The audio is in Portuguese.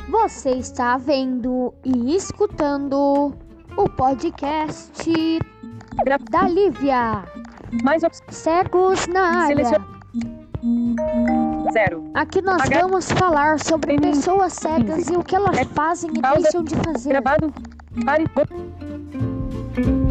Você está vendo e escutando o podcast da Lívia. Mais Cegos na área. Zero. Aqui nós vamos falar sobre pessoas cegas e o que elas fazem e deixam de fazer. Gravado. Pare.